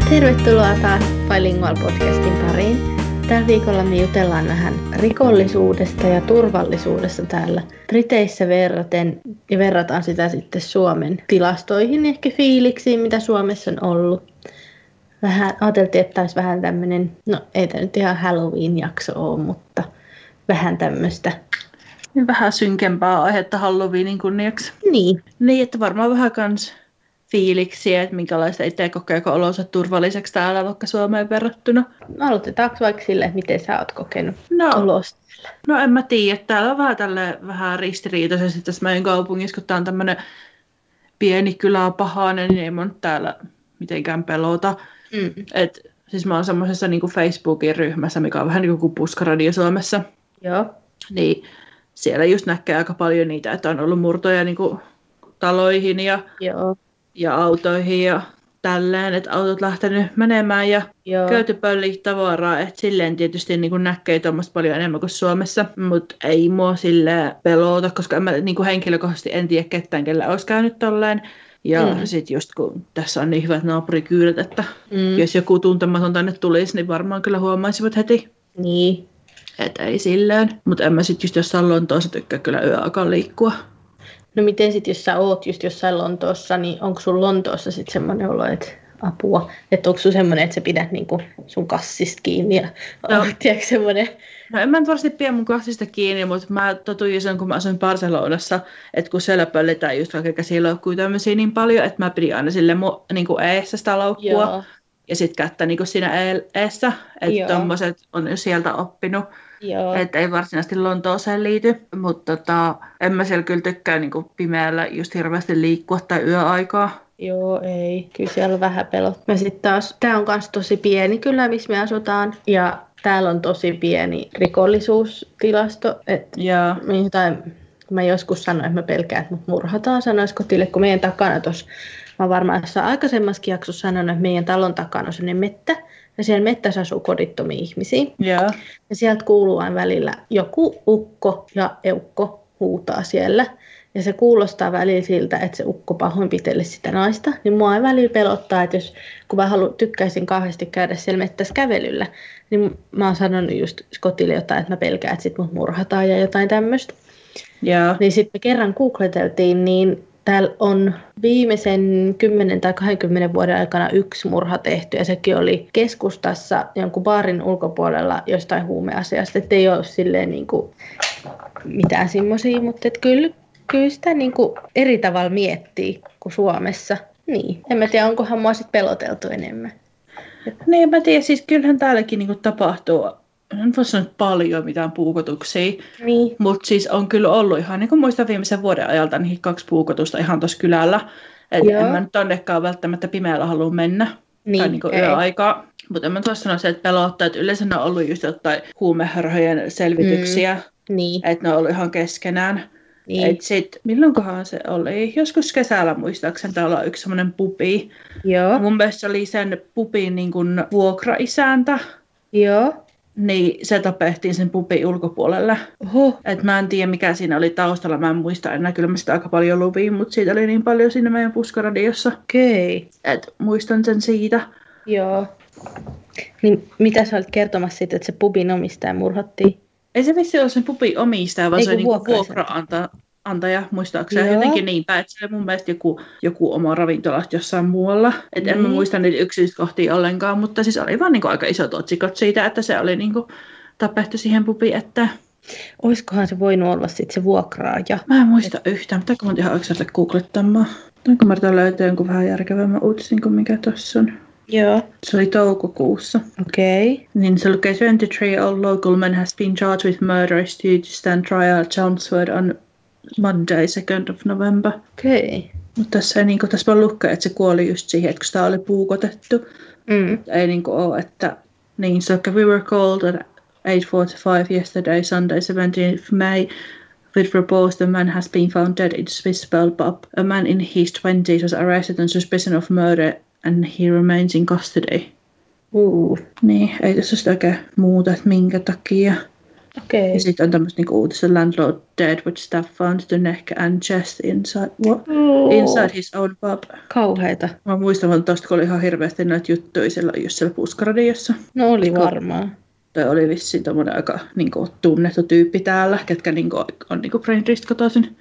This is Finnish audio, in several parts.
Tervetuloa taas Bilingual-podcastin pariin. Tällä viikolla me jutellaan vähän rikollisuudesta ja turvallisuudesta täällä Briteissä verrataan sitä sitten Suomen tilastoihin, ehkä fiiliksiin, mitä Suomessa on ollut. Vähän ajateltiin, että olisi vähän tämmöinen, no ei tämä nyt ihan Halloween-jakso ole, mutta vähän tämmöistä. Vähän synkempää aihetta Halloweenin kunniaksi. Niin. Niin, että varmaan vähän kans fiiliksiä, että minkälaista itse kokeeko olonsa turvalliseksi täällä vaikka Suomeen verrattuna. Aloitetaanko vaikka sille, että miten sä oot kokenut olosta? No en mä tiedä. Täällä on vähän ristiriitaisesti tässä meidän kaupungissa, kun tää on tämmönen pieni kylä pahainen, niin ei mun täällä mitenkään pelota. Siis mä oon semmosessa niinku Facebookin ryhmässä, mikä on vähän niin kuin Puskaradio Suomessa. Joo. Niin siellä just näkee aika paljon niitä, että on ollut murtoja niinku taloihin ja autoihin ja tälleen, että autot lähtenyt menemään ja käyty pölliä tavaraa, että silleen tietysti niin näkee tuommoista paljon enemmän kuin Suomessa, mutta ei mua silleen pelota, koska mä niin henkilökohtaisesti en tiedä ketään, kellä olisi käynyt tolleen. Ja sitten just kun tässä on niin hyvät naapurikyydet, että jos joku tuntematon tänne tulisi, niin varmaan kyllä huomaisivat heti. Niin. Että ei silleen, mutta en mä sitten just jossain Lontoossa tykkää kyllä yöaikaan liikkua. No miten sitten, jos sä oot just jossain Lontoossa, niin onko sun Lontoossa sitten semmoinen olo, että apua? Että onko sun semmoinen, että sä pidät niinku sun kassista kiinni ja tiedätkö semmoinen? No en mä nyt varmasti pidä mun kassista kiinni, mutta mä totuin sen, kun mä asuin Barcelonassa, että kun siellä pöllitään just vaikka käsilaukkuja tämmöisiä niin paljon, että mä pidin aina silleen niinku eessä sitä laukkua. Joo. Ja sitten kättä niinku siinä eessä, että tommoset on jo sieltä oppinut. Että ei varsinaisesti Lontooseen liity, mutta en mä siellä kyllä tykkää niinku pimeällä just hirveästi liikkua tai yöaikaa. Joo, ei. Kyllä siellä on vähän pelot. Ja sitten taas, tää on kans tosi pieni kyllä, missä me asutaan. Ja täällä on tosi pieni rikollisuustilasto. Mä joskus sanoin, että mä pelkään, että mut murhataan, sanois kotille, kun meidän takana tuossa, mä varmaan jossain aikaisemmassakin jaksossa sanonut, että meidän talon takana on sellainen mettä. Ja siellä mettässä asuu kodittomia ihmisiä. Yeah. Ja sieltä kuuluu aina välillä joku ukko ja eukko huutaa siellä. Ja se kuulostaa välillä siltä, että se ukko pahoinpitelle sitä naista. Niin mua ei välillä pelottaa, että kun mä tykkäisin kauheasti käydä siellä mettässä kävelyllä, niin mä oon sanonut just kotille jotain, että mä pelkään, että sit mut murhataan ja jotain tämmöistä. Yeah. Niin sitten me kerran googleteltiin, niin täällä on viimeisen 10 tai 20 vuoden aikana yksi murha tehty, ja sekin oli keskustassa jonkun baarin ulkopuolella jostain huumeasiasta. Että ei ole silleen niinku mitään semmoisia, mutta kyllä sitä niinku eri tavalla miettii kuin Suomessa. Niin, en mä tiedä, onkohan mua sit peloteltu enemmän. Niin, en mä tiedä, siis kyllähän täälläkin niinku tapahtuu. En voi sanoa paljon mitään puukotuksia, niin. Mutta siis on kyllä ollut ihan, niin kuin muistan viimeisen vuoden ajalta, niin 2 puukotusta ihan tuossa kylällä. Että en mä nyt tonnekaan välttämättä pimeällä halua mennä, tai niin kuin yöaikaa. Mutta en mä tuossa sanoa se, että pelottaa, että yleensä ne on ollut just jotain huumehörhöjen selvityksiä, että ne on ollut ihan keskenään. Niin. Että sit, milloinkohan se oli? Joskus kesällä muistaakseni täällä on yksi semmoinen pubi. Joo. Mun mielestä oli sen pubin niin kuin vuokraisäntä. Joo. Niin se tapettiin sen pubin ulkopuolelle. Et mä en tiedä mikä siinä oli taustalla, mä en muista enää, kyllä mä sitä aika paljon luviin, mutta siitä oli niin paljon siinä meidän Puskaradiossa. Okei. Et muistan sen siitä. Joo. Niin mitä sä olet kertomassa siitä, että se pubin omistaja murhattiin? Ei se vissi ole sen pubin omistaja, vaan se oli niinku vuokraantaja, muistaakseni. Jotenkin niin päin, että se oli mun mielestä joku oma ravintola jossain muualla. Et en mä muista niitä yksityiskohtia ollenkaan, mutta siis oli vaan niinku aika isot otsikot siitä, että se oli niinku tapettu siihen pubiin eteen. Oiskohan se voinut olla sitten se vuokraaja? Mä en muista yhtään. Pitääkö mun ihan oikeasti googlettamaan? Onko mä yritän löytää jonkun vähän järkevämmän uutisin kuin mikä tossa on? Joo. Se oli toukokuussa. Okei. Niin se lukee 23-year-old local man has been charged with murder is due to stand trial at Chelmsford on Monday, 2nd of November. Okei. Mutta tässä ei niinku, tässä vaan lukee, että se kuoli just siihen, että kun sitä oli puukotettu. Ei niinku ole, että niin se we were called at 8:45 yesterday, Sunday 17th May. With reports the man has been found dead in Swissvale pub. A man in his 20s was arrested on suspicion of murder and he remains in custody. Niin, ei tässä sitä oikein muuta, että minkä takia. Okay. Ja sitten on tämmöistä niinku uutista Landlord dead with staff found the neck and chest inside his own pub. Kauheita. Mä muistan tosta, kun oli ihan hirveästi näitä juttuja siellä Puskaradiossa. No oli varmaan. Toi oli vissiin tommonen aika niinku tunnettu tyyppi täällä, ketkä niinku on niinku Braintrist kotoisin.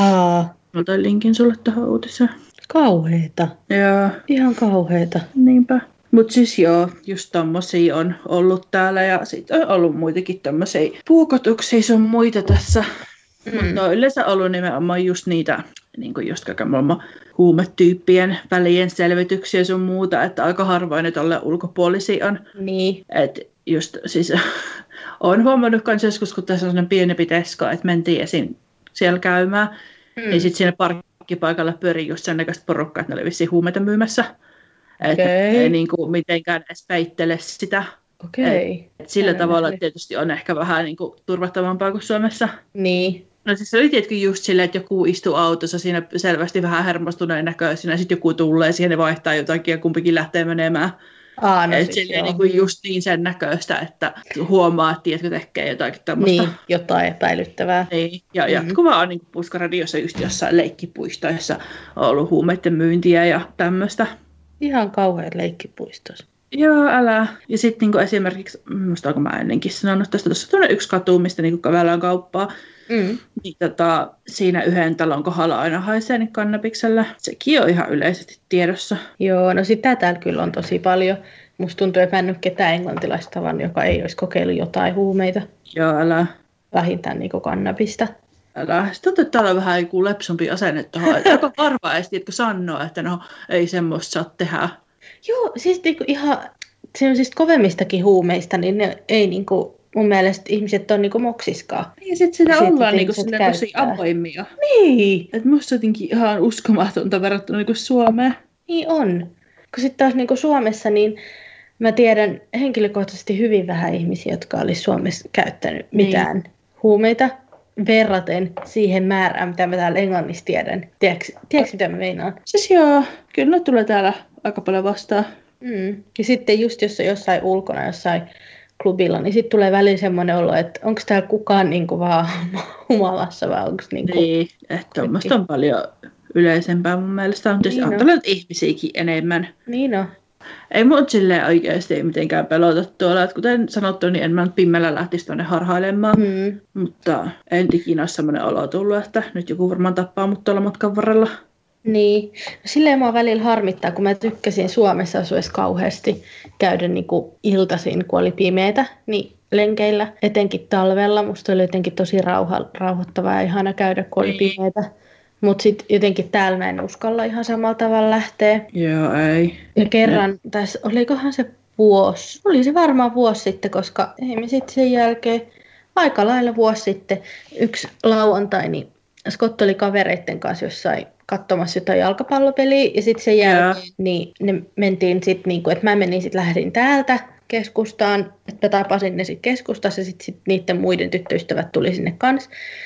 Mä otan linkin sulle tähän uutiseen. Kauheita. Joo. Ihan kauheita. Niinpä. Mut siis joo, just tommosia on ollut täällä ja sit on ollut muitakin tämmöisiä puukotuksia sun muita tässä. Mutta on yleensä ollut nimenomaan just niitä, niinku just kaiken maailman huumetyyppien välien selvityksiä sun muuta, että aika harvoin ne tolle ulkopuolisia on. Niin. Et just siis on huomannut kans joskus, kun tässä on sellainen pienempi Tesco, että mentiin esiin siellä käymään. Ja sit siinä parkkipaikalla pyörii just sen näköistä porukkaa, että ne oli vissiin huumeita myymässä. Että ei niinku mitenkään edes peittele sitä. Et sillä tavalla tietysti on ehkä vähän niinku turvattavampaa kuin Suomessa. Niin. No siis se oli tietenkin just silleen, että joku istuu autossa siinä selvästi vähän hermostuneen näköisinä, ja sitten joku tulee siihen ja vaihtaa jotakin ja kumpikin lähtee menemään. Siis silleen niinku just niin sen näköistä, että huomaa, että tiedätkö tekee jotakin tämmöistä. Niin, jotain epäilyttävää. Niin, ja jatkuvaa on niin Puskaradiossa just jossain leikkipuistoissa on ollut huumeiden myyntiä ja tämmöistä. Ihan kauhean leikkipuistossa. Joo, älä. Ja sitten niinku esimerkiksi, musta onko mä ennenkin sanonut tästä, tuossa on yksi katu, mistä niinku kävellään kauppaa. Niin siinä yhden talon kohdalla aina haisee niin kannabiksella. Sekin on ihan yleisesti tiedossa. Joo, no sitä täällä kyllä on tosi paljon. Musta tuntuu, että mä en ole ketään englantilaista tavan, joka ei olisi kokeillut jotain huumeita. Joo, älä. Vähintään niinku kannabista. Älä. Sitten tuntuu, että täällä on vähän joku lepsumpi asenne tuohon. Aika harva edes, tiedätkö, sanoo, että no ei semmoista saa tehdä. Joo, siis niinku ihan semmoisista kovemmistakin huumeista, niin ne ei niinku mun mielestä ihmiset on niinku moksiskaan. Ja sitten sitä ollaan niinku tosi avoimia. Niin. Et musta jotenkin ihan uskomatonta verrattuna niinku Suomeen. Niin on. Kun sitten taas niinku Suomessa, niin mä tiedän henkilökohtaisesti hyvin vähän ihmisiä, jotka olisi Suomessa käyttänyt mitään huumeita verraten siihen määrään, mitä mä täällä Englannissa tiedän. Tiedätkö mitä mä meinaan? Siis joo, kyllä ne tulee täällä aika paljon vastaan. Ja sitten just jos on jossain ulkona, jossain klubilla, niin sitten tulee väliin semmoinen olo, että onko täällä kukaan niinku vaan humalassa vai onko niinku... Niin, että tuommoista on paljon yleisempää mun mielestä. On tietysti antanut ihmisiäkin enemmän. Niin on. Ei mut silleen oikeasti mitenkään pelota tuolla. Että kuten sanottu, niin en mä nyt pimmellä lähtisi tuonne harhailemaan. Mutta en ikinä ole semmoinen olo tullut, että nyt joku varmaan tappaa mut tuolla matkan varrella. Niin. No silleen mua välillä harmittaa, kun mä tykkäsin Suomessa asuessa kauheasti käydä niinku iltaisin, kun oli pimeätä, niin lenkeillä, etenkin talvella. Musta oli jotenkin tosi rauhoittavaa ja ihana käydä, kun oli pimeätä. Mutta sitten jotenkin täällä mä en uskalla ihan samalla tavalla lähteä. Joo, ei. Ja kerran tässä, olikohan se vuosi? Oli se varmaan vuosi sitten, koska ei me sitten sen jälkeen, aika lailla vuosi sitten, yksi lauantai, niin Scott oli kavereitten kanssa jossain katsomassa jotain jalkapallopeliä. Ja sitten sen jälkeen niin ne mentiin sitten, niinku, että mä lähdin täältä keskustaan, että tapasin ne sitten keskustassa ja sitten niiden muiden tyttöystävät tuli sinne kanssa.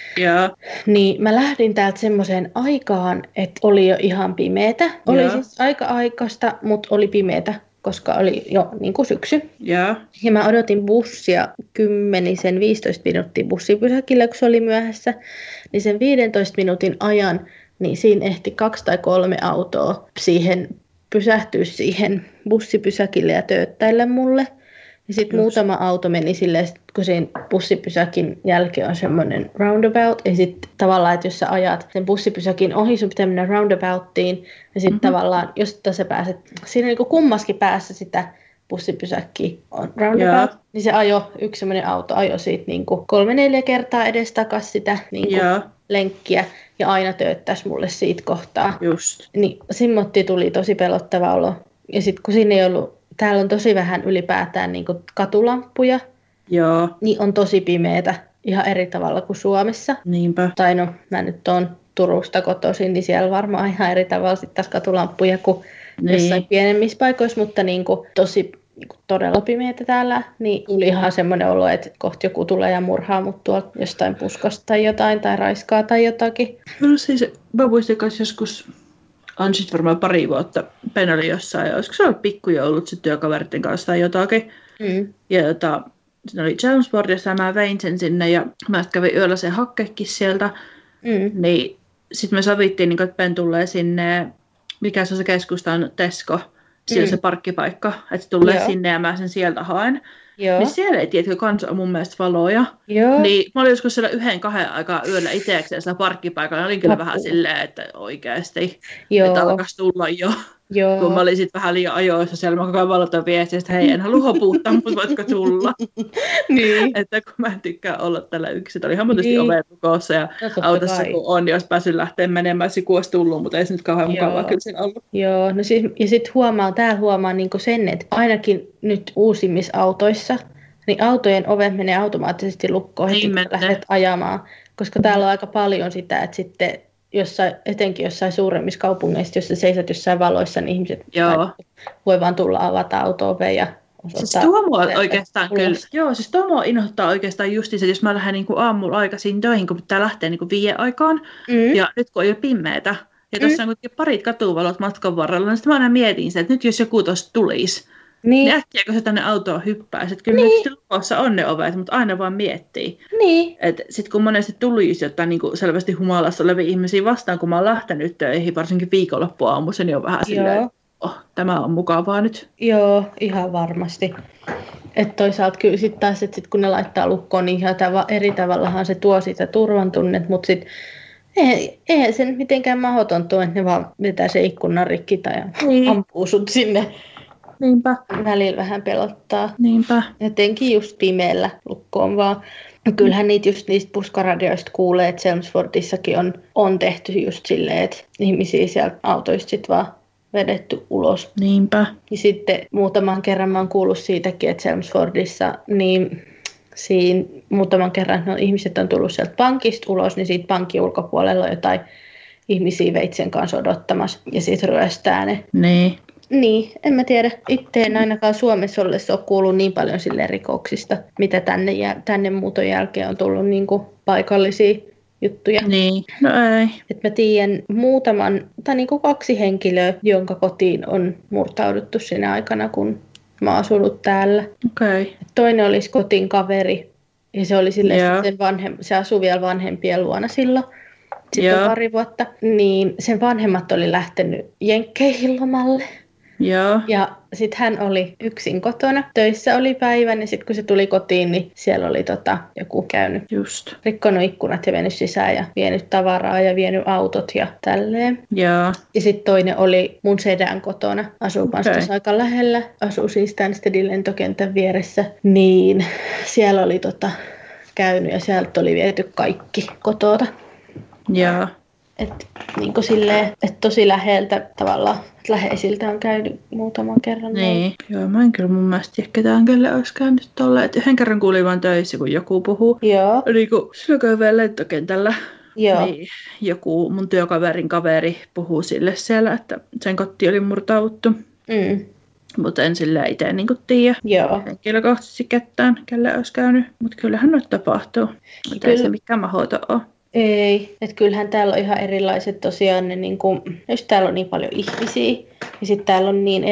Niin mä lähdin täältä semmoiseen aikaan, että oli jo ihan pimeetä. Oli siis aika aikaista, mutta oli pimeätä, koska oli jo niin kuin syksy. Ja mä odotin bussia 10-15 minuuttia bussipysäkillä, kun se oli myöhässä. Niin sen 15 minuutin ajan, niin siinä ehti 2 tai 3 autoa pysähtyä siihen bussipysäkille ja tööttäillä mulle. Ja sitten muutama auto meni silleen, kun siinä bussipysäkin jälkeen on semmoinen roundabout. Ja sitten tavallaan, että jos sä ajat sen bussipysäkin ohi, sun pitää mennä roundabouttiin. Ja sitten tavallaan, jos sä pääset, siinä niin kuin kummaskin päässä sitä bussipysäkkiä on roundabout. Niin se yksi semmoinen auto ajoi siitä niin kuin 3-4 kertaa edestakas sitä niin kuin lenkkiä. Ja aina tööttäisi mulle siitä kohtaa. Just. Niin simmotti tuli tosi pelottava olo. Ja sitten kun siinä ei ollut, täällä on tosi vähän ylipäätään niin kuin katulamppuja. Niin on tosi pimeätä. Ihan eri tavalla kuin Suomessa. Niinpä. Tai no, mä nyt oon Turusta kotoisin, niin siellä varmaan ihan eri tavalla sitten taas katulamppuja kuin jossain pienemmissä paikoissa. Mutta niin kuin tosi todella pimeätä täällä, niin tuli ihan semmoinen olo, että kohta joku tulee ja murhaa mut tuolta jostain puskasta tai jotain, tai raiskaa tai jotakin. No siis, mä muistin kanssa joskus, on sit varmaan 2 vuotta, Ben oli jossain, olisiko se ollut pikkujoulut sitten työkaveritten kanssa tai jotakin. Ja se oli Chelmsfordissa ja mä vein sen sinne ja mä kävin yöllä sen hakkeekin sieltä. Niin sitten me sovittiin, niin että Ben tulee sinne, mikä se on se keskustan Tesco, siellä se parkkipaikka, että se tulee sinne ja mä sen sieltä haen. Joo. Niin siellä ei tiedätkö kans on mun mielestä valoja. Joo. Niin mä olin joskus siellä 1-2 aikaa yöllä itsekseen siellä parkkipaikalla. Olin kyllä vähän silleen, että oikeasti, että alkaisi tulla jo. Joo. Kun mä olin sitten vähän liian ajoissa siellä, mä koko ajan valotan viestiä, että hei, en halua hopuuttaa, mutta voitko tulla? Niin. Että kun mä en tykkää olla tällä yksin. Olihan mä tietysti ovet lukossa ja autossa kun on, jos pääsin lähteä menemään, siku olisi tullut, mutta ei se nyt kauhean mukavaa kyllä siinä ollut. Joo, no siis, ja sitten täällä huomaa niinku sen, että ainakin nyt uusimmissa autoissa, niin autojen ovet menee automaattisesti lukkoon heti, kun lähdet ajamaan. Koska täällä on aika paljon sitä, että sitten etenkin jossain suuremmissa kaupungeissa, jos sä seisät jossain valoissa, niin ihmiset voi vaan tulla avata auto-oveen ja siis tuo mua oikeastaan kyllä. Joo, siis tuo mua innoittaa oikeastaan justiin se, jos mä lähden niin kuin aamulla aikaisin töihin, kun pitää lähteä niin kuin 5 aikaan, ja nyt kun on jo pimeätä, ja tuossa on kuitenkin parit katuvalot matkan varrella, niin sitten mä aina mietin sen, että nyt jos joku tuosta tulisi, niin äkkiäkö se tänne autoon hyppäisi. Että kyllä tietysti lukossa on ne ovet, mutta aina vaan miettii. Niin. Että sitten kun monesti tulisi jotain niin kuin selvästi humalassa olevia ihmisiä vastaan, kun mä oon lähtenyt töihin, varsinkin viikonloppuaamuisin, niin on vähän silleen, tämä on mukavaa nyt. Joo, ihan varmasti. Että toisaalta kyllä sitten taas, että sit kun ne laittaa lukkoon, niin ihan eri tavallahan se tuo sitä turvan tunnet, mutta sitten eihän se nyt mitenkään mahdoton tuo, että ne vaan vetää se ikkunan rikki tai ampuu sut sinne. Niinpä. Välillä vähän pelottaa. Niinpä. Jotenkin just pimeällä lukkoon vaan. Kyllähän niitä just niistä puskaradioista kuulee, että Chelmsfordissakin on tehty just silleen, että ihmisiä sieltä autoista sit vaan vedetty ulos. Niinpä. Ja sitten muutaman kerran mä oon kuullut siitäkin, että Chelmsfordissa niin siinä muutaman kerran ihmiset on tullut sieltä pankista ulos, niin siitä pankin ulkopuolella on jotain ihmisiä veitsen kanssa odottamassa ja sitten ryöstää ne. Niin, en mä tiedä. Itse en ainakaan Suomessa ollessa ole kuullut niin paljon silleen rikoksista, mitä tänne muuton jälkeen on tullut niin kuin paikallisia juttuja. Niin, no ei. Et mä tiedän muutaman, tai niin kuin 2 henkilöä, jonka kotiin on murtauduttu siinä aikana, kun mä oon asunut täällä. Okay. Toinen olisi kotiin kaveri, ja se oli silleen, se asui vielä vanhempien luona silloin. Sitten pari vuotta, niin sen vanhemmat oli lähtenyt jenkkeihin lomalle. Joo. Ja sitten hän oli yksin kotona. Töissä oli päivän ja sitten kun se tuli kotiin, niin siellä oli joku käynyt. Just. Rikkonut ikkunat ja vienyt sisään ja vienyt tavaraa ja vienyt autot ja tälleen. Joo. Ja sitten toinen oli mun sedän kotona. Asuu kanssa aika lähellä. Asuu siis Stanstedin lentokentän vieressä. Niin siellä oli käynyt ja sieltä oli viety kaikki kotota. Joo. Että niin silleen, että tosi läheltä tavallaan, läheisiltä on käynyt muutaman kerran. Niin. Joo, mä en kyllä mun mielestä tiedä ketään, kelle olisi käynyt tolleen. Että yhden kerran kuulin vaan töissä, kun joku puhuu. Joo. Niin kun silloin vielä lentokentällä. Joo. Niin joku mun työkaverin kaveri puhuu sille siellä, että sen koti oli murtauduttu. Mutta en silleen itse niin tiedä henkilökohtaisesti ketään, kelle olisi käynyt. Mutta kyllähän noita tapahtuu. Mutta ei se mikään mahdoton ole. Ei, että kyllähän täällä on ihan erilaiset tosiaan ne jos täällä on niin paljon ihmisiä, ja sitten täällä on niin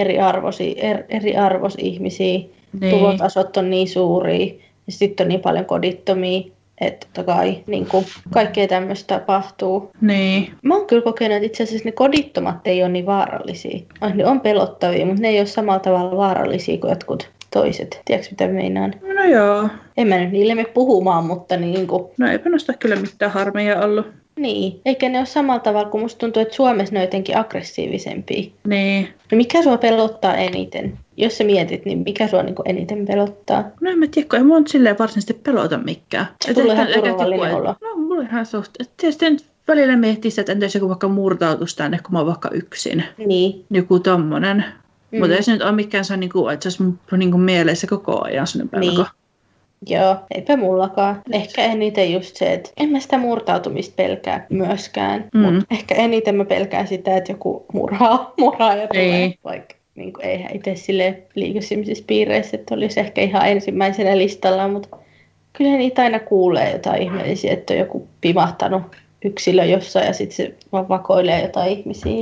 eriarvoisia ihmisiä, tulotasot on niin suuria, ja sitten on niin paljon kodittomia, että totta kai kaikkea tämmöistä tapahtuu. Niin. Mä oon kyllä kokenut, että itse asiassa ne kodittomat ei ole niin vaarallisia. Ne on pelottavia, mutta ne ei ole samalla tavalla vaarallisia kuin jotkut toiset. Tiedätkö mitä meinaan? No joo. En mä nyt niille mene puhumaan, mutta No eipä noista kyllä mitään harmeja ollut. Niin, eikä ne ole samalla tavalla, kun musta tuntuu, että Suomessa ne on jotenkin aggressiivisempia. Niin. No mikä sua pelottaa eniten? Jos sä mietit, niin mikä sua eniten pelottaa? No en mä tiedä, kun ei mua nyt silleen varsinaisesti pelota mikään. Tulee ihan turvallinen olla. No mulla ihan suht. Tietysti nyt välillä miettii sitä, että entäs joku vaikka murtautuisi tänne, kun mä oon vaikka yksin. Niin. Joku tommonen. Mutta ei se nyt ole mikään se, että se olisi mun mielessä koko ajan sellainen pelko. Niin. Joo, eipä mullakaan. Ehkä eniten just se, että en mä sitä murtautumista pelkää myöskään. Mutta ehkä eniten mä pelkään sitä, että joku murhaaja tulee. Vaikka eihän itse silleen liiku sellaisissa piireissä, että olisi ehkä ihan ensimmäisenä listalla. Mutta kyllä niitä aina kuulee jotain ihmeellisiä, että on joku pimahtanut yksilö jossain ja sitten se vaan vakoilee jotain ihmisiä.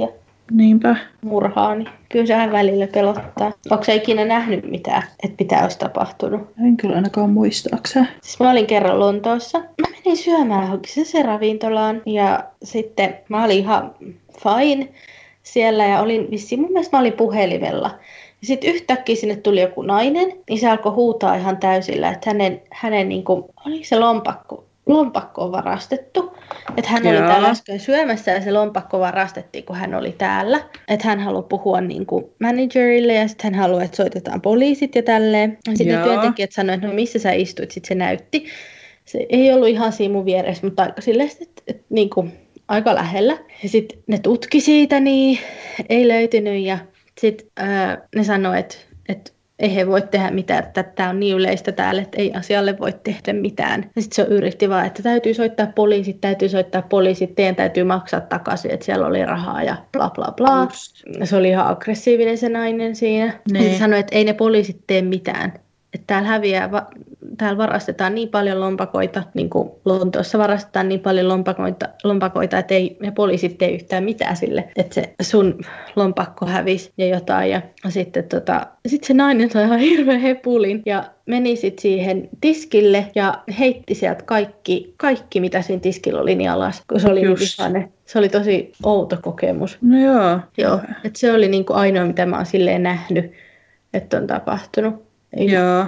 Niinpä. murhaa, niin kyllä se aina välillä pelottaa. Onko sä ikinä nähnyt mitään, että mitä olisi tapahtunut? En kyllä ainakaan muistaakseni. Siis mä olin kerran Lontoossa. Mä menin syömään johonkin se ravintolaan ja sitten mä olin ihan fine siellä ja olin vissiin, mun mielestä mä olin puhelimella. Ja sitten yhtäkkiä sinne tuli joku nainen, niin se alkoi huutaa ihan täysillä, että hänen niin kuin, oliko se lompakko on varastettu. Että hän oli täällä äsken syömässä ja se lompakko varastettiin, kun hän oli täällä. Että hän haluaa puhua niin kuin managerille ja sitten hän haluaa, että soitetaan poliisit ja tälleen. Sitten työntekijät sanoivat, että no missä sä istuit, sitten se näytti. Se ei ollut ihan siinä mun vieressä, mutta aika silleen, että niin kuin aika lähellä. Ja sitten ne tutki siitä, niin ei löytynyt ja sitten ne sanoi, että ei he voi tehdä mitään, että tämä on niin yleistä täällä, että ei asialle voi tehdä mitään. Ja sitten se yritti vaan, että täytyy soittaa poliisit, teidän täytyy maksaa takaisin, että siellä oli rahaa ja bla bla bla. Se oli ihan aggressiivinen se nainen siinä. Ja se sanoi, että ei ne poliisit tee mitään. Että täällä varastetaan niin paljon lompakoita, niin kuin Lontoossa varastetaan niin paljon lompakoita, että ei ne poliisit tee yhtään mitään sille, että se sun lompakko hävisi ja jotain. Ja sitten sit se nainen sai ihan hirveän hepulin ja meni sitten siihen tiskille ja heitti sieltä kaikki mitä siinä tiskillä oli, niin alas, kun se oli se oli tosi outo kokemus. No joo. Että se oli niinku ainoa, mitä mä oon silleen nähnyt, että on tapahtunut. Ei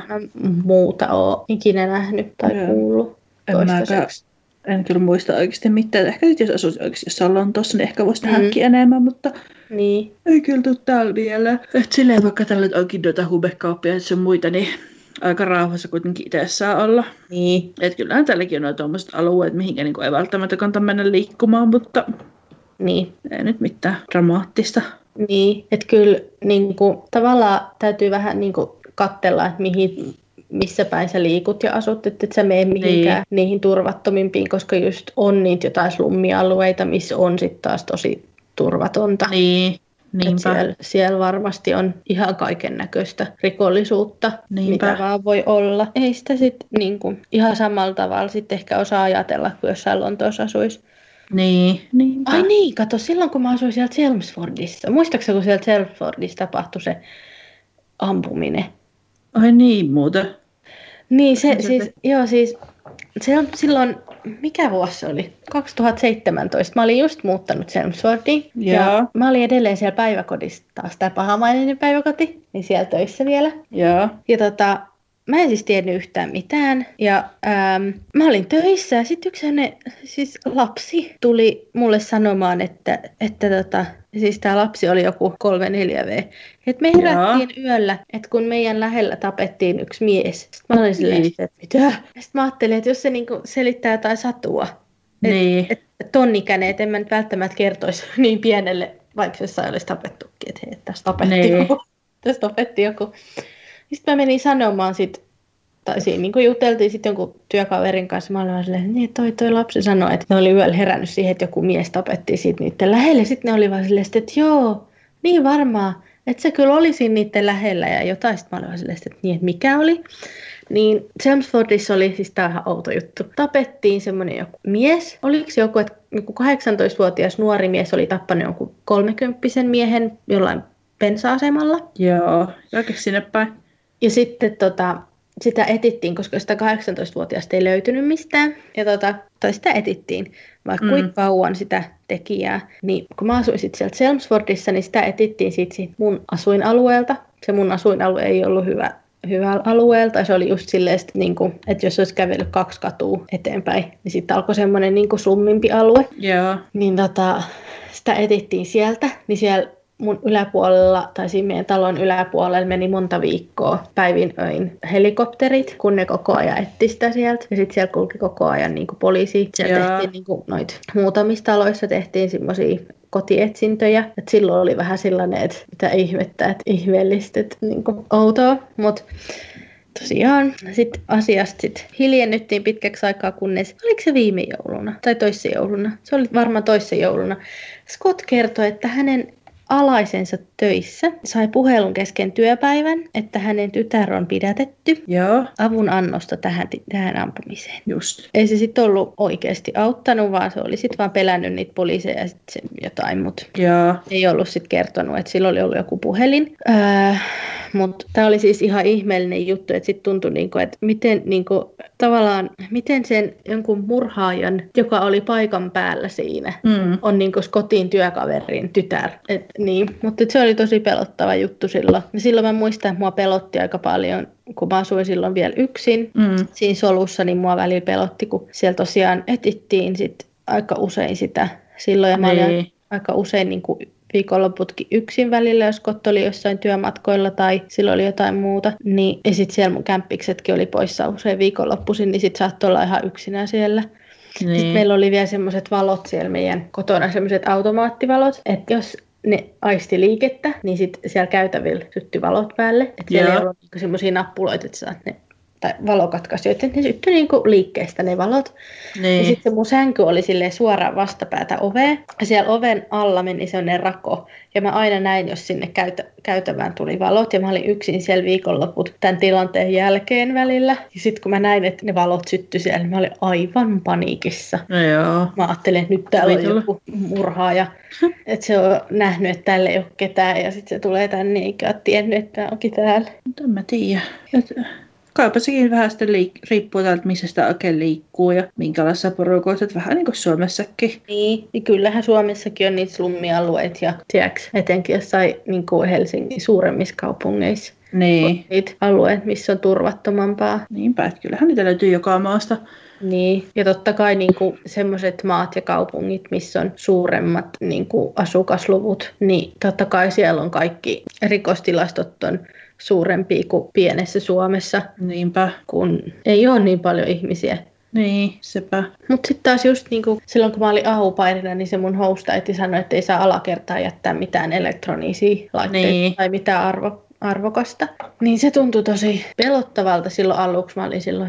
muuta ole ikinä nähnyt tai kuullut toistaiseksi. En kyllä muista oikeasti mitään. Ehkä jos asuisi oikeasti jossain Lontoossa, niin ehkä voisi nähdäkin enemmän, mutta ei kyllä tule täällä vielä. Että silleen vaikka tällä onkin noita hubekauppia ja muita, niin aika rauhassa kuitenkin itse saa olla. Niin. Että kyllähän täälläkin on noita tuommoiset alueet, mihinkä niin ei välttämättä kannata mennä liikkumaan, mutta ei nyt mitään dramaattista. Niin, että kyllä niin kuin, tavallaan täytyy vähän niin kuin katsella, että missä päin sä liikut ja asut, että et sä mene mihinkään niihin turvattomimpiin, koska just on niitä jotain slummialueita, missä on sitten taas tosi turvatonta. Niin. Siellä varmasti on ihan kaiken näköistä rikollisuutta, mitä vaan voi olla. Ei sitä sitten niinku, ihan samalla tavalla sitten ehkä osaa ajatella, kuin jossain Lontoossa asuisi. Niin. Ai niin, kato, silloin kun mä asuin siellä Chelmsfordissa. Muistaakseni, kun siellä Chelmsfordissa tapahtui se ampuminen? Ai niin, muuta. Niin, se on silloin, mikä vuosi se oli? 2017. Mä olin just muuttanut Chelmsfordiin. Ja mä olin edelleen siellä päiväkodissa, taas tää pahamainen päiväkoti, niin siellä töissä vielä. Ja mä en siis tiennyt yhtään mitään. Ja mä olin töissä ja sitten yksi siis lapsi tuli mulle sanomaan, että siis tää lapsi oli joku 3-4V. Että me herättiin yöllä, että kun meidän lähellä tapettiin yksi mies. Sitten mä olin silleen, että mitä? Ja sitten mä ajattelin, että jos se niinku selittää jotain satua, että ton ikäinen, että en mä nyt välttämättä kertoisi niin pienelle, vaikka jossain olisi tapettukin, että hei, tässä tapettiin joku. Sitten mä menin sanomaan tai siinä niin juteltiin sitten jonkun työkaverin kanssa. Mä olin vaan silleen, että toi lapsi sanoi, että ne oli yöllä herännyt siihen, että joku mies tapettiin siitä niiden lähelle. Sitten ne oli vaan silleen, että joo, niin varmaan, että se kyllä oli siinä niiden lähellä ja jotain. Sitten mä olin vaan silleen, että mikä oli. Niin Chelmsfordissa oli siis tää ihan outo juttu. Tapettiin semmoinen joku mies. Oliko se joku, että 18-vuotias nuori mies oli tappanut jonkun 30-vuotiaan miehen jollain bensa-asemalla. Joo, oikein sinne päin. Ja sitten sitä etittiin, koska sitä 18-vuotiaasta ei löytynyt mistään. Tai sitä etittiin, vaikka kuinka kauan sitä tekijää. Niin kun mä asuin sitten siellä Chelmsfordissa, niin sitä etittiin siitä mun asuinalueelta. Se mun asuinalue ei ollut hyvällä alueelta. Se oli just silleen, että jos olisi kävellyt 2 katua eteenpäin, niin sitten alkoi semmoinen slummimpi alue. Joo. Niin sitä etittiin sieltä, niin siellä mun yläpuolella, tai siinä meidän talon yläpuolella meni monta viikkoa päivin öin helikopterit, kun ne koko ajan etti sitä sieltä. Ja sitten siellä kulki koko ajan poliisi. Siellä tehtiin muutamissa taloissa tehtiin semmoisia kotietsintöjä. Et silloin oli vähän sellainen, että mitä ihmettä, että ihmeellistä, että outoa. Mutta tosiaan sitten asiasta hiljennyttiin pitkäksi aikaa, kunnes, oliko se viime jouluna tai toissa jouluna? Se oli varmaan toissa jouluna. Scott kertoi, että hänen alaisensa töissä sai puhelun kesken työpäivän, että hänen tytär on pidätetty. Joo. Avunannosta tähän ampumiseen. Just. Ei se sitten ollut oikeasti auttanut, vaan se oli sitten vaan pelännyt niitä poliiseja ja sitten jotain, mutta ei ollut sitten kertonut, että sillä oli ollut joku puhelin. Mutta tämä oli siis ihan ihmeellinen juttu, että sitten tuntui, että miten sen jonkun murhaajan, joka oli paikan päällä siinä, on Scottin työkaverin tytär. Mutta se oli tosi pelottava juttu silloin. Ja silloin mä muistan, että mua pelotti aika paljon, kun mä asuin silloin vielä yksin siinä solussa, niin mua välillä pelotti, kun siellä tosiaan etittiin sit aika usein sitä silloin. Ja mä olin aika usein viikonloputkin yksin välillä, jos Scott oli jossain työmatkoilla tai silloin oli jotain muuta. Niin, ja sitten siellä mun kämppiksetkin oli poissa usein viikonloppuisin, niin sitten saattoi olla ihan yksinä siellä. Niin. Sitten meillä oli vielä semmoiset valot siellä meidän kotona, semmoiset automaattivalot, että jos ne aisti liikettä, niin sitten siellä käytävillä syttyi valot päälle. Että siellä ei ollut semmoisia nappuloita, että saat ne, tai valokatkaisijoita, että ne syttyi liikkeestä ne valot. Niin. Ja sitten se mun sänky oli silleen suoraan vastapäätä oveen. Ja siellä oven alla meni semmoinen rako. Ja mä aina näin, jos sinne käytävään tuli valot. Ja mä olin yksin siellä viikonloput tämän tilanteen jälkeen välillä. Ja sitten kun mä näin, että ne valot syttyi siellä, niin mä olin aivan paniikissa. No joo. Mä ajattelin, että nyt täällä on joku murhaaja. Että se on nähnyt, että täällä ei ole ketään. Ja sitten se tulee tänne, eikä ole tiennyt, että tää onkin täällä. Mutta en mä tiedä. Kaipa sekin vähän sitten riippuu täältä, missä sitä oikein liikkuu ja minkälaisessa porukoissa, vähän niin kuin Suomessakin. Niin kyllähän Suomessakin on niitä slummialueita ja tiedätkö, etenkin jossain niin kuin Helsingin suuremmissa kaupungeissa. Niin. Niitä alueita, missä on turvattomampaa. Niinpä, että kyllähän niitä löytyy joka maasta. Niin, ja totta kai niin semmoiset maat ja kaupungit, missä on suuremmat niin kuin asukasluvut, niin totta kai siellä on kaikki rikostilastot on suurempia kuin pienessä Suomessa. Niinpä. Kun ei ole niin paljon ihmisiä. Niin, sepä. Mutta sitten taas just niinku, silloin kun mä olin ahupairina, niin se mun hostaiti sanoi, että ei saa alakertaa jättää mitään elektronisia laitteita tai mitään arvokasta. Niin se tuntui tosi pelottavalta silloin aluksi. Mä olin silloin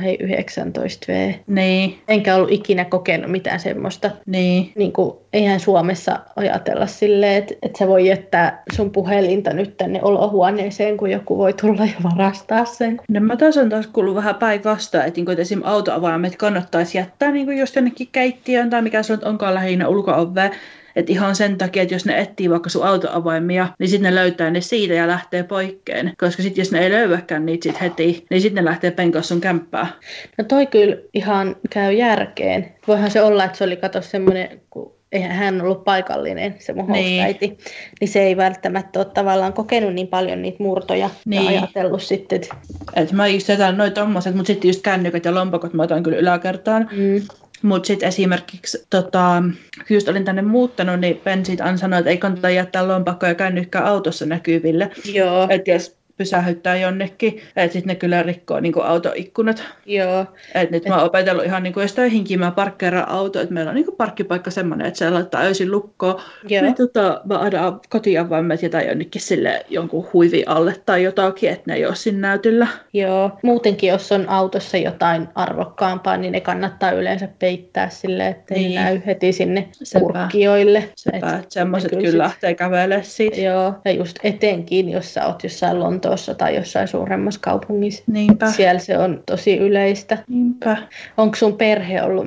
19V. Niin. Enkä ollut ikinä kokenut mitään semmoista. Niin kuin, eihän Suomessa ajatella silleen, että sä voi jättää sun puhelinta nyt tänne olohuoneeseen, kun joku voi tulla ja varastaa sen. No mä taas on kuullut vähän päinvastoin, että esimerkiksi autoavaimet kannattaisi jättää just jonnekin keittiöön tai mikä se onkaan lähinnä ulko-oveen. Että ihan sen takia, että jos ne etsii vaikka sun autoavaimia, niin sitten ne löytää ne siitä ja lähtee poikkeen. Koska sitten jos ne ei löyväkään niitä sit heti, niin sitten ne lähtee penkoa sun kämppää. No toi kyllä ihan käy järkeen. Voihan se olla, että se oli semmoinen, kun eihän hän ollut paikallinen, se mun hostaiti. Niin se ei välttämättä ole tavallaan kokenut niin paljon niitä murtoja ja ajatellut sitten. Että mä just jätän noin tommoset, mutta sitten just kännykät ja lompakot mä otan kyllä yläkertaan. Mutta sitten esimerkiksi, just olin tänne muuttanut, niin Ben siitä sanoi, että ei kannata jättää lompakkoja ja kännykkää autossa näkyville. Joo. Että jos pysähyttää jonnekin, että sitten ne kyllä rikkoo niinku autoikkunat. Joo. Että nyt mä oon opetellut ihan niinku, jos töihinkin mä parkkeeraan auto, että meillä on niinku parkkipaikka semmoinen, että se laittaa öisin lukkoon. Joo. Niin mä aina kotiavaimet jätän jonnekin sille jonkun huivin alle tai jotakin, että ne ei ole siinä näytillä. Joo. Muutenkin, jos on autossa jotain arvokkaampaa, niin ne kannattaa yleensä peittää silleen, ettei näy heti sinne kurkkioille. Sepä, että semmoiset kyllä lähtee kävelemään siitä. Joo. Ja just etenkin, jos sä oot jossain Lontoossa tai jossain suuremmassa kaupungissa. Niinpä. Siellä se on tosi yleistä. Niinpä. Onko sun perhe ollut,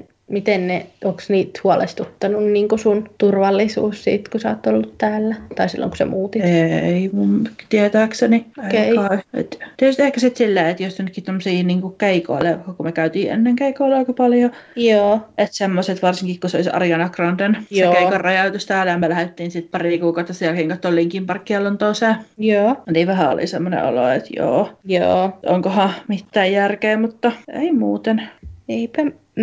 onko niitä huolestuttanut niin kuin sun turvallisuus siitä, kun sä oot ollut täällä? Tai silloin, kun sä muutit? Ei mun tietääkseni. Okay. Tietysti ehkä sitten silleen, että jos jonnekin tommosia niin keikoille, kun me käytiin ennen keikoilla aika paljon. Joo. Että semmoiset, varsinkin kun se olisi Ariana Granden se keikan räjäytys täällä, ja me lähdettiin sitten pari kuukautta sen jälkeen katsomaan Linkin Parkia Lontooseen. Joo. Niin vähän oli semmoinen olo, että joo. Onkohan mitään järkeä, mutta ei muuten. Eipä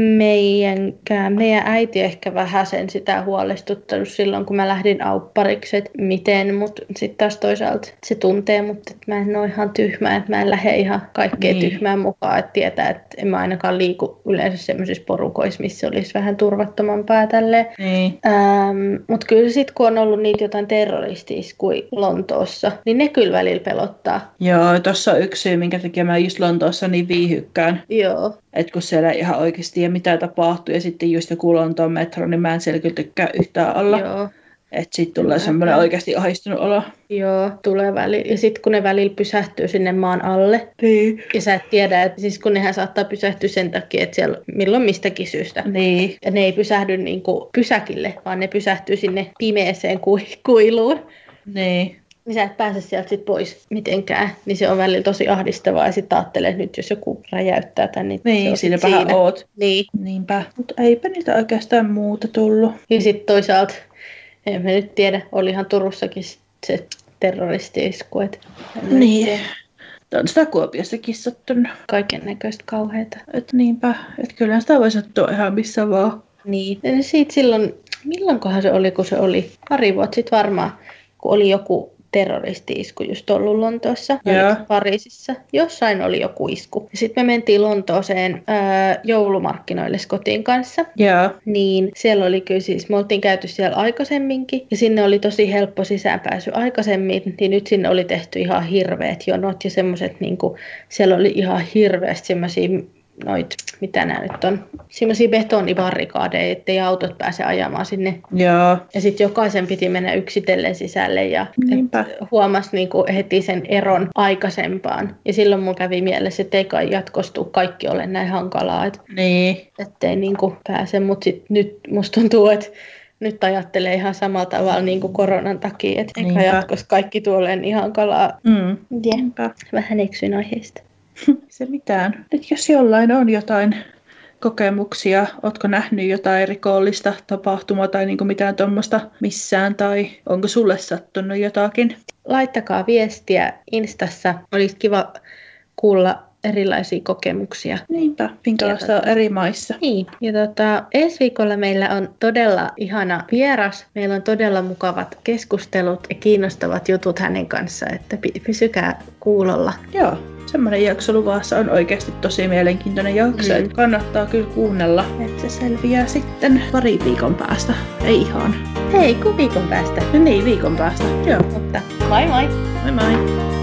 meidän äiti ehkä vähän sen sitä huolestuttanut silloin, kun mä lähdin auppariksi, että miten, mutta sitten taas toisaalta se tuntee, mutta mä en ole ihan tyhmä, että mä en lähde ihan kaikkeen tyhmään mukaan, että tietää, että en mä ainakaan liiku yleensä semmoisissa porukoissa, missä olisi vähän turvattomampaa tälleen. Mutta kyllä sitten kun on ollut niitä jotain terroristi-iskuja Lontoossa, niin ne kyllä välillä pelottaa. Joo, tossa on yksi syy, minkä takia mä just Lontoossa niin viihykkään. Joo. Että kun siellä ihan oikeasti ja mitä tapahtuu ja sitten just joku Lontoon metro, niin mä en siellä kyllä tykkää yhtään olla. Joo. Että sitten tulee semmoinen oikeasti ahdistunut olo. Joo, tulee välillä. Ja sitten kun ne välillä pysähtyy sinne maan alle. Niin. Ja sä et tiedä, että siis kun nehän saattaa pysähtyä sen takia, että siellä milloin mistäkin syystä. Niin. Ja ne ei pysähdy niinku pysäkille, vaan ne pysähtyy sinne pimeeseen kuiluun. Niin. Niin sä et pääse sieltä sit pois mitenkään. Niin se on välillä tosi ahdistavaa. Ja sitten ajattelee, että nyt jos joku räjäyttää tän, niin siinä vähän oot. Niin. Niinpä. Mutta eipä niitä oikeastaan muuta tullut. Ja sitten toisaalta, en mä nyt tiedä, olihan Turussakin se terroristi-isku. Niin. On sitä Kuopiossakin sattunut. Kaiken näköistä kauheita. Niinpä. Että kyllähän sitä voi sattua ihan missä vaan. Niin. Ja siitä silloin, milloinkohan se oli, kun se oli? Pari vuotta sitten varmaan, kun oli joku terroristi-isku just ollut Lontoossa, Pariisissa. Jossain oli joku isku. Sitten me mentiin Lontooseen joulumarkkinoille Scottin kanssa. Yeah. Niin siellä oli kyllä siis, me oltiin käyty siellä aikaisemminkin. Ja sinne oli tosi helppo sisäänpääsy aikaisemmin. Niin nyt sinne oli tehty ihan hirveät jonot ja semmoiset, niinku, siellä oli ihan hirveästi semmoisia mitä nämä nyt on, semmoisia betonibarrikaadeja, ettei autot pääse ajamaan sinne. Joo. Ja sitten jokaisen piti mennä yksitellen sisälle ja huomasi niinku heti sen eron aikaisempaan. Ja silloin mun kävi mielessä, että ei kai jatkostu kaikki ole näin hankalaa. Niin. Ettei niinku pääse, mutta nyt musta tuntuu, että nyt ajattelee ihan samalla tavalla niin kuin koronan takia, että eikä jatkossa kaikki tuolle niin hankalaa. Vähän eksyin aiheesta. Se mitään. Nyt jos jollain on jotain kokemuksia, ootko nähnyt jotain rikollista tapahtumaa tai niinku mitään tuommoista missään, tai onko sulle sattunut jotakin? Laittakaa viestiä Instassa. Olisi kiva kuulla erilaisia kokemuksia. Niinpä, minkälaista eri maissa. Niin. Ja ensi viikolla meillä on todella ihana vieras. Meillä on todella mukavat keskustelut ja kiinnostavat jutut hänen kanssaan, että pysykää kuulolla. Joo, semmoinen jakso luvassa on oikeasti tosi mielenkiintoinen jakso, että kannattaa kyllä kuunnella, että se selviää sitten pari viikon päästä. Ei ihan. Hei, kun viikon päästä. No niin, viikon päästä. Joo. Mutta moi moi! Moi moi!